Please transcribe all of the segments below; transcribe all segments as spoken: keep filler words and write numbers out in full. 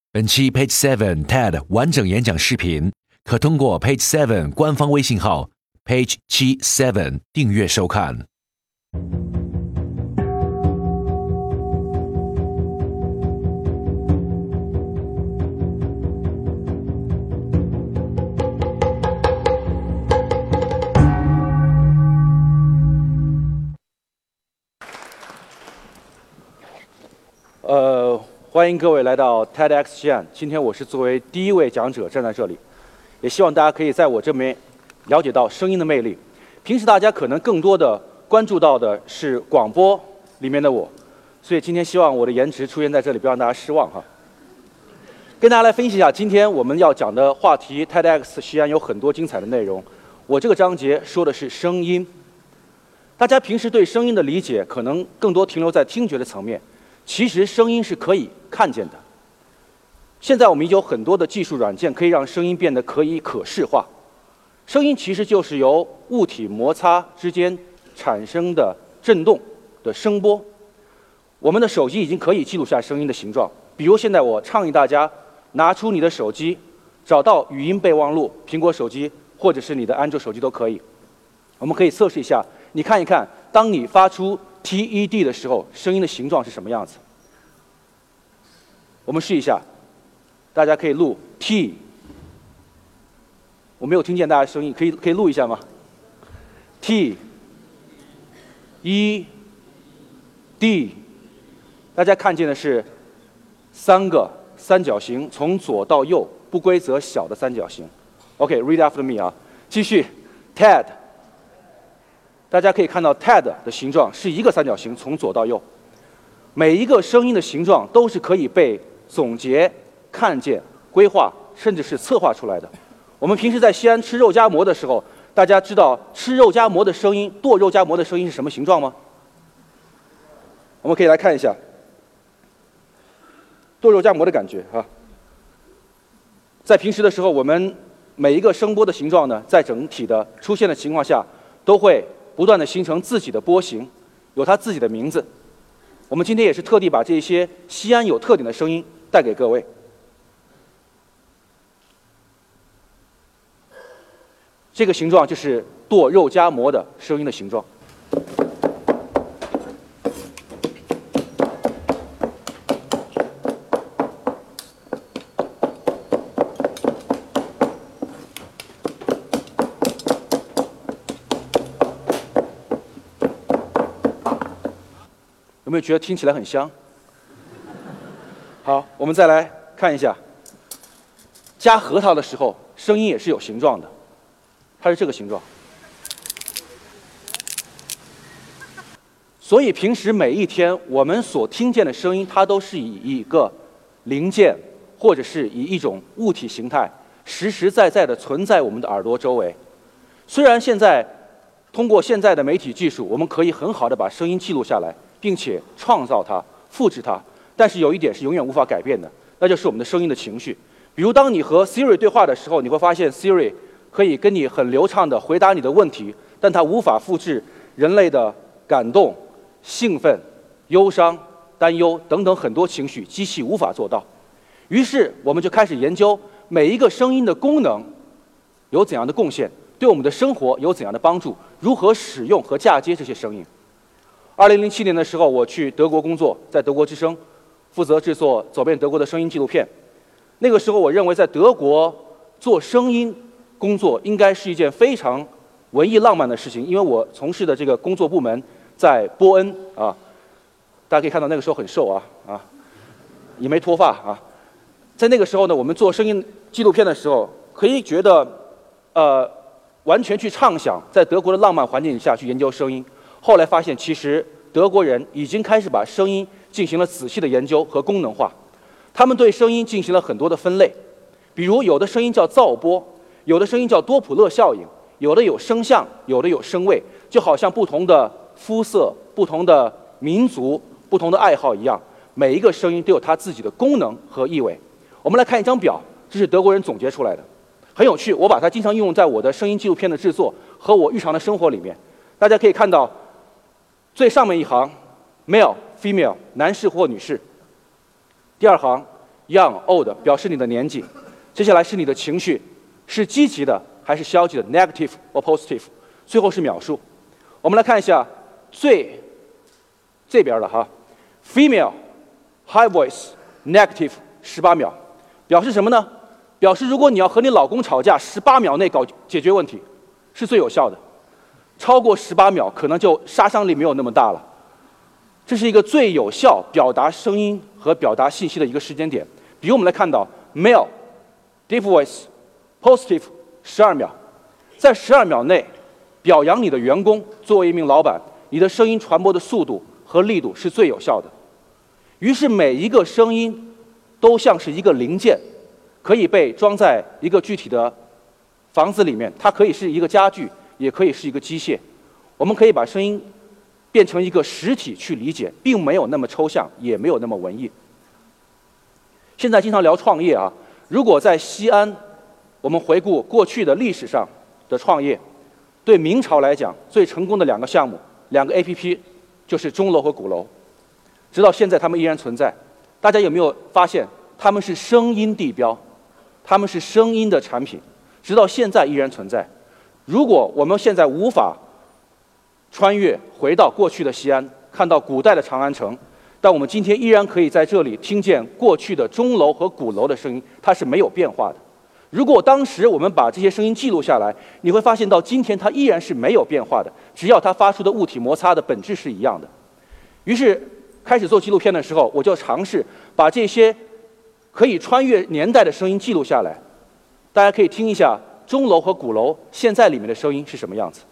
本期 Page Seven TED 完整演讲视频，可通过 Page Seven 官方微信号 Page 七 Seven 订阅收看。 呃，欢迎各位来到 TEDx 西安。今天我是作为第一位讲者站在这里，也希望大家可以在我这边了解到声音的魅力。平时大家可能更多的关注到的是广播里面的我，所以今天希望我的颜值出现在这里，不要让大家失望哈。跟大家来分析一下今天我们要讲的话题 ，TEDx 西安有很多精彩的内容。我这个章节说的是声音。大家平时对声音的理解可能更多停留在听觉的层面。其实声音是可以看见的。现在我们已有很多的技术软件可以让声音变得可以可视化。声音其实就是由物体摩擦之间产生的振动的声波。我们的手机已经可以记录下声音的形状。比如现在我倡议大家拿出你的手机，找到语音备忘录，苹果手机或者是你的安卓手机都可以。我们可以测试一下，你看一看，当你发出T E D 的时候，声音的形状是什么样子？我们试一下，大家可以录 T， 我没有听见大家声音，可以可以录一下吗 ？T E D， 大家看见的是三个三角形，从左到右不规则小的三角形。OK，read after me 啊，继续 T E D。大家可以看到 T E D 的形状是一个三角形，从左到右。每一个声音的形状都是可以被总结、看见、规划，甚至是策划出来的。我们平时在西安吃肉夹馍的时候，大家知道吃肉夹馍的声音、剁肉夹馍的声音是什么形状吗？我们可以来看一下剁肉夹馍的感觉啊。在平时的时候，我们每一个声波的形状呢，在整体的出现的情况下，都会不断的形成自己的波形，有它自己的名字。我们今天也是特地把这些西安有特点的声音带给各位。这个形状就是剁肉夹馍的声音的形状。有没有觉得听起来很香？好，我们再来看一下，夹核桃的时候，声音也是有形状的，它是这个形状。所以平时每一天我们所听见的声音，它都是以一个零件或者是以一种物体形态，实实在在的存在我们的耳朵周围。虽然现在通过现在的媒体技术，我们可以很好的把声音记录下来，并且创造它、复制它，但是有一点是永远无法改变的，那就是我们的声音的情绪。比如，当你和 Siri 对话的时候，你会发现 Siri 可以跟你很流畅地回答你的问题，但它无法复制人类的感动、兴奋、忧伤、担忧等等很多情绪，机器无法做到。于是，我们就开始研究每一个声音的功能有怎样的贡献，对我们的生活有怎样的帮助，如何使用和嫁接这些声音。二零零七年的时候，我去德国工作，在德国之声负责制作走遍德国的声音纪录片。那个时候，我认为在德国做声音工作应该是一件非常文艺浪漫的事情，因为我从事的这个工作部门在波恩啊，大家可以看到那个时候很瘦啊啊，也没脱发啊。在那个时候呢，我们做声音纪录片的时候，可以觉得呃完全去畅想在德国的浪漫环境下去研究声音。后来发现，其实德国人已经开始把声音进行了仔细的研究和功能化。他们对声音进行了很多的分类，比如有的声音叫噪波，有的声音叫多普勒效应，有的有声相，有的有声位，就好像不同的肤色、不同的民族、不同的爱好一样，每一个声音都有它自己的功能和意味。我们来看一张表，这是德国人总结出来的，很有趣。我把它经常应用在我的声音纪录片的制作和我日常的生活里面。大家可以看到，最上面一行 male、female 男士或女士，第二行 young、old 表示你的年纪。接下来是你的情绪，是积极的还是消极的 ，negative or positive。最后是描述。我们来看一下最这边的哈 ，female high voice negative 十八秒，表示什么呢？表示如果你要和你老公吵架，十八秒内搞解决问题，是最有效的。超过十八秒，可能就杀伤力没有那么大了。这是一个最有效表达声音和表达信息的一个时间点。比如我们来看到 male deep voice positive 十二秒，在十二秒内表扬你的员工，作为一名老板，你的声音传播的速度和力度是最有效的。于是每一个声音都像是一个零件，可以被装在一个具体的房子里面，它可以是一个家具，也可以是一个机械。我们可以把声音变成一个实体去理解，并没有那么抽象，也没有那么文艺。现在经常聊创业啊，如果在西安，我们回顾过去的历史上的创业，对明朝来讲最成功的两个项目，两个 A P P 就是钟楼和鼓楼，直到现在他们依然存在。大家有没有发现，他们是声音地标，他们是声音的产品，直到现在依然存在。如果我们现在无法穿越回到过去的西安，看到古代的长安城，但我们今天依然可以在这里听见过去的钟楼和鼓楼的声音，它是没有变化的。如果当时我们把这些声音记录下来，你会发现到今天它依然是没有变化的，只要它发出的物体摩擦的本质是一样的。于是开始做纪录片的时候，我就尝试把这些可以穿越年代的声音记录下来。大家可以听一下钟楼和鼓楼现在里面的声音是什么样子。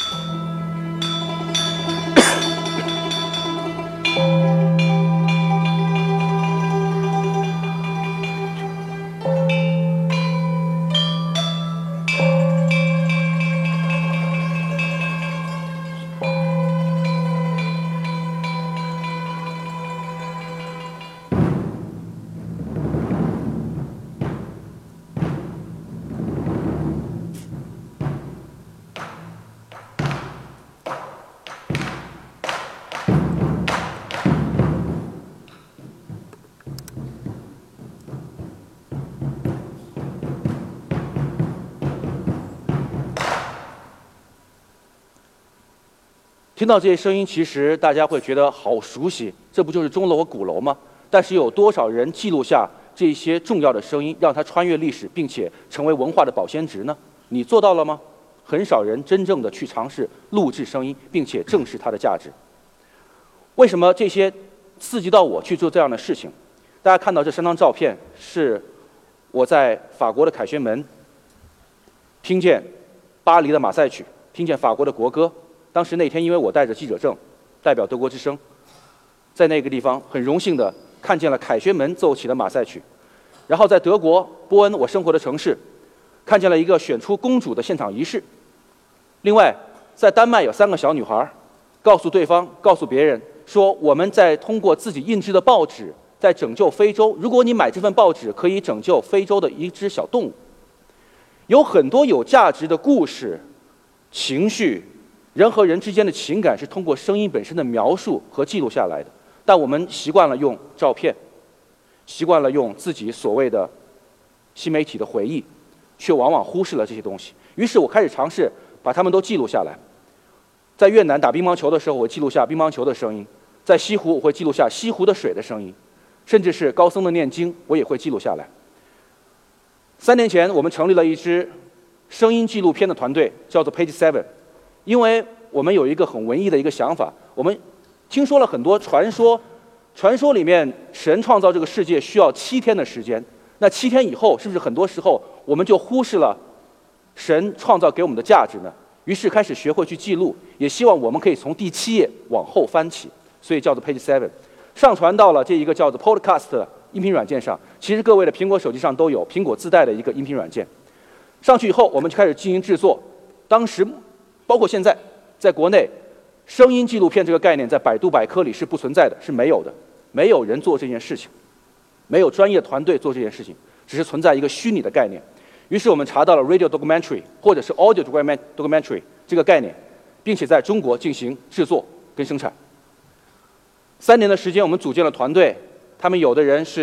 听到这些声音，其实大家会觉得好熟悉，这不就是钟楼和鼓楼吗？但是有多少人记录下这些重要的声音，让它穿越历史，并且成为文化的保鲜值呢？你做到了吗？很少人真正的去尝试录制声音，并且正视它的价值。为什么这些刺激到我去做这样的事情？大家看到这三张照片，是我在法国的凯旋门听见巴黎的马赛曲，听见法国的国歌。当时那天，因为我带着记者证，代表德国之声，在那个地方很荣幸地看见了凯旋门奏起的马赛曲。然后在德国波恩，我生活的城市，看见了一个选出公主的现场仪式。另外，在丹麦有三个小女孩，告诉对方，告诉别人说，我们在通过自己印制的报纸在拯救非洲。如果你买这份报纸，可以拯救非洲的一只小动物。有很多有价值的故事、情绪。人和人之间的情感是通过声音本身的描述和记录下来的，但我们习惯了用照片，习惯了用自己所谓的新媒体的回忆，却往往忽视了这些东西。于是我开始尝试把它们都记录下来。在越南打乒乓球的时候，我记录下乒乓球的声音；在西湖，我会记录下西湖的水的声音，甚至是高僧的念经，我也会记录下来。三年前，我们成立了一支声音纪录片的团队，叫做 Page Seven。因为我们有一个很文艺的一个想法，我们听说了很多传说，传说里面神创造这个世界需要七天的时间，那七天以后，是不是很多时候我们就忽视了神创造给我们的价值呢？于是开始学会去记录，也希望我们可以从第七页往后翻起，所以叫做 Page Seven， 上传到了这一个叫做 Podcast 的音频软件上。其实各位的苹果手机上都有苹果自带的一个音频软件。上去以后，我们就开始进行制作。当时包括现在，在国内，声音纪录片这个概念在百度百科里是不存在的，是没有的，没有人做这件事情，没有专业团队做这件事情，只是存在一个虚拟的概念。于是我们查到了 radio documentary 或者是 audio documentary 这个概念，并且在中国进行制作跟生产。三年的时间，我们组建了团队，他们有的人是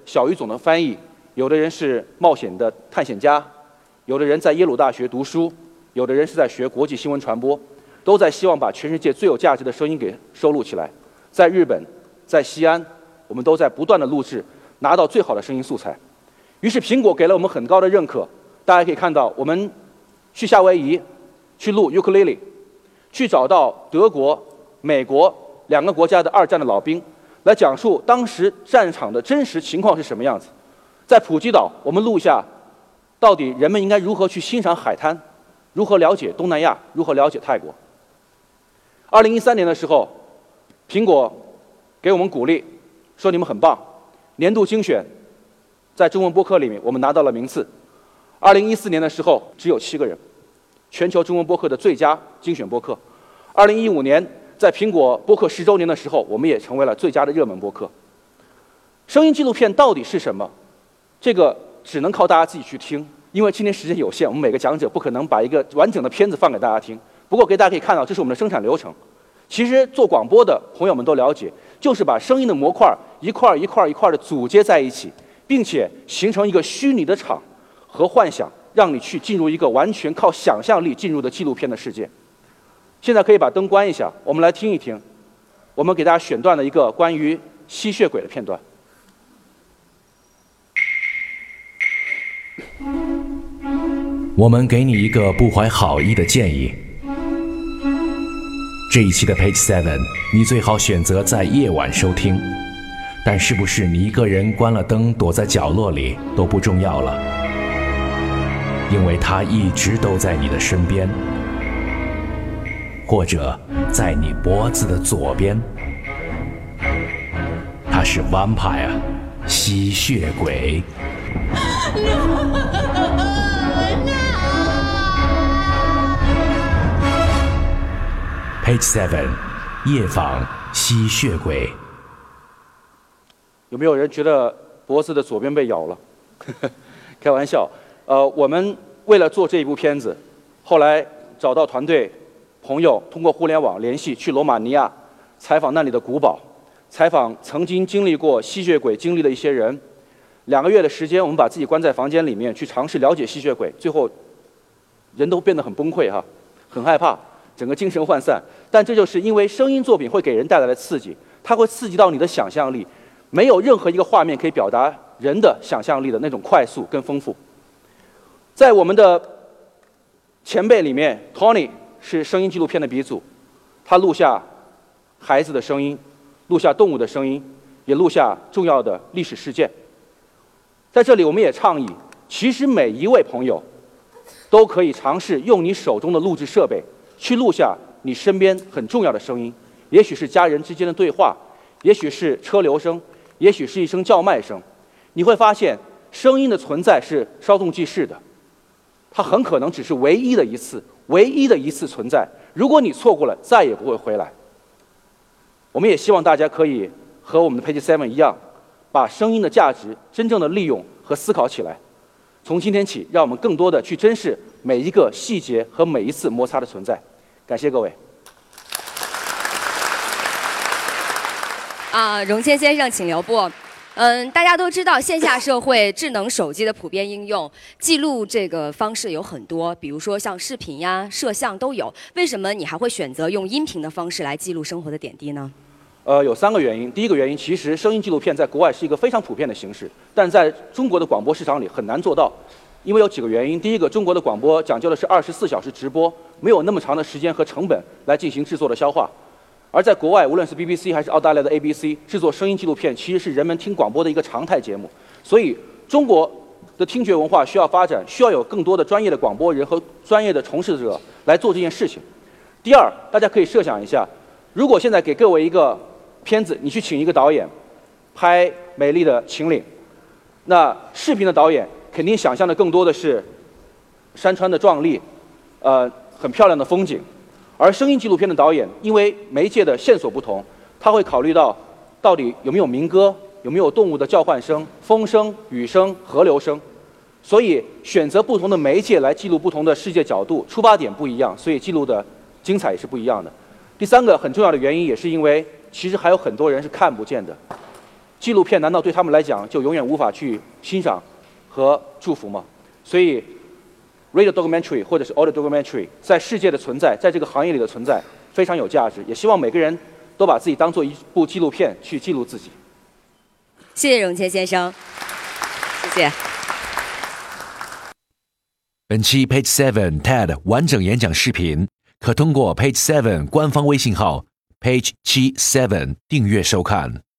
小语种的翻译，有的人是冒险的探险家，有的人在耶鲁大学读书，有的人是在学国际新闻传播，都在希望把全世界最有价值的声音给收录起来。在日本，在西安，我们都在不断的录制，拿到最好的声音素材。于是苹果给了我们很高的认可，大家可以看到，我们去夏威夷去录 ukulele， 去找到德国、美国两个国家的二战的老兵，来讲述当时战场的真实情况是什么样子。在普吉岛，我们录下到底人们应该如何去欣赏海滩，如何了解东南亚，如何了解泰国。二零一三年的时候，苹果给我们鼓励，说你们很棒，年度精选在中文播客里面我们拿到了名次。二零一四年的时候只有七个人，全球中文播客的最佳精选播客。二零一五年在苹果播客十周年的时候，我们也成为了最佳的热门播客。声音纪录片到底是什么？这个只能靠大家自己去听，因为今天时间有限，我们每个讲者不可能把一个完整的片子放给大家听。不过给大家可以看到，这是我们的生产流程。其实做广播的朋友们都了解，就是把声音的模块一块一块一块的组接在一起，并且形成一个虚拟的场和幻想，让你去进入一个完全靠想象力进入的纪录片的世界。现在可以把灯关一下，我们来听一听我们给大家选段的一个关于吸血鬼的片段。 我们给你一个不怀好意的建议，这一期的 Page Seven 你最好选择在夜晚收听，但是不是你一个人关了灯躲在角落里都不重要了，因为它一直都在你的身边，或者在你脖子的左边。它是 Vampire 吸血鬼。Page Seven 夜访吸血鬼。 有没有人觉得脖子的左边被咬了？开玩笑。呃，我们为了做这一部片子，后来找到团队朋友，通过互联网联系去罗马尼亚，采访那里的古堡，采访曾经经历过吸血鬼经历的一些人。两个月的时间，我们把自己关在房间里面，去尝试了解吸血鬼，最后人都变得很崩溃哈，很害怕。整个精神涣散，但这就是因为声音作品会给人带来的刺激，它会刺激到你的想象力，没有任何一个画面可以表达人的想象力的那种快速跟丰富。在我们的前辈里面 ，Tony 是声音纪录片的鼻祖，他录下孩子的声音，录下动物的声音，也录下重要的历史事件。在这里，我们也倡议，其实每一位朋友都可以尝试用你手中的录制设备去录下你身边很重要的声音，也许是家人之间的对话，也许是车流声，也许是一声叫卖声。你会发现，声音的存在是稍纵即逝的，它很可能只是唯一的一次，唯一的一次存在。如果你错过了，再也不会回来。我们也希望大家可以和我们的 Page Seven 一样，把声音的价值真正的利用和思考起来。从今天起，让我们更多的去珍视每一个细节和每一次摩擦的存在。感谢各位。 啊，荣谦先生，请留步。嗯，大家都知道，线下社会智能手机的普遍应用，记录这个方式有很多，比如说像视频呀、摄像都有。为什么你还会选择用音频的方式来记录生活的点滴呢？ 呃，有三个原因。第一个原因，其实声音纪录片在国外是一个非常普遍的形式，但在中国的广播市场里很难做到。因为有几个原因，第一个，中国的广播讲究的是二十四小时直播，没有那么长的时间和成本来进行制作的消化。而在国外，无论是 B B C 还是澳大利亚的 A B C， 制作声音纪录片其实是人们听广播的一个常态节目。所以，中国的听觉文化需要发展，需要有更多的专业的广播人和专业的从事者来做这件事情。第二，大家可以设想一下，如果现在给各位一个片子，你去请一个导演拍美丽的秦岭，那视频的导演肯定想象的更多的是山川的壮丽，呃，很漂亮的风景。而声音纪录片的导演，因为媒介的线索不同，他会考虑到到底有没有民歌，有没有动物的叫唤声、风声、雨声、河流声，所以选择不同的媒介来记录不同的世界角度，出发点不一样，所以记录的精彩也是不一样的。第三个很重要的原因，也是因为其实还有很多人是看不见的。 纪录片难道对他们来讲就永远无法去欣赏和祝福吗？所以 radio documentary 或者是 audio documentary 在世界的存在，在这个行业里的存在非常有价值，也希望每个人都把自己当做一部纪录片去记录自己。 谢谢荣谦先生，谢谢。 本期 Page Seven T E D 完整演讲视频，可通过 Page Seven 官方微信号 Page 七 Seven 订阅收看。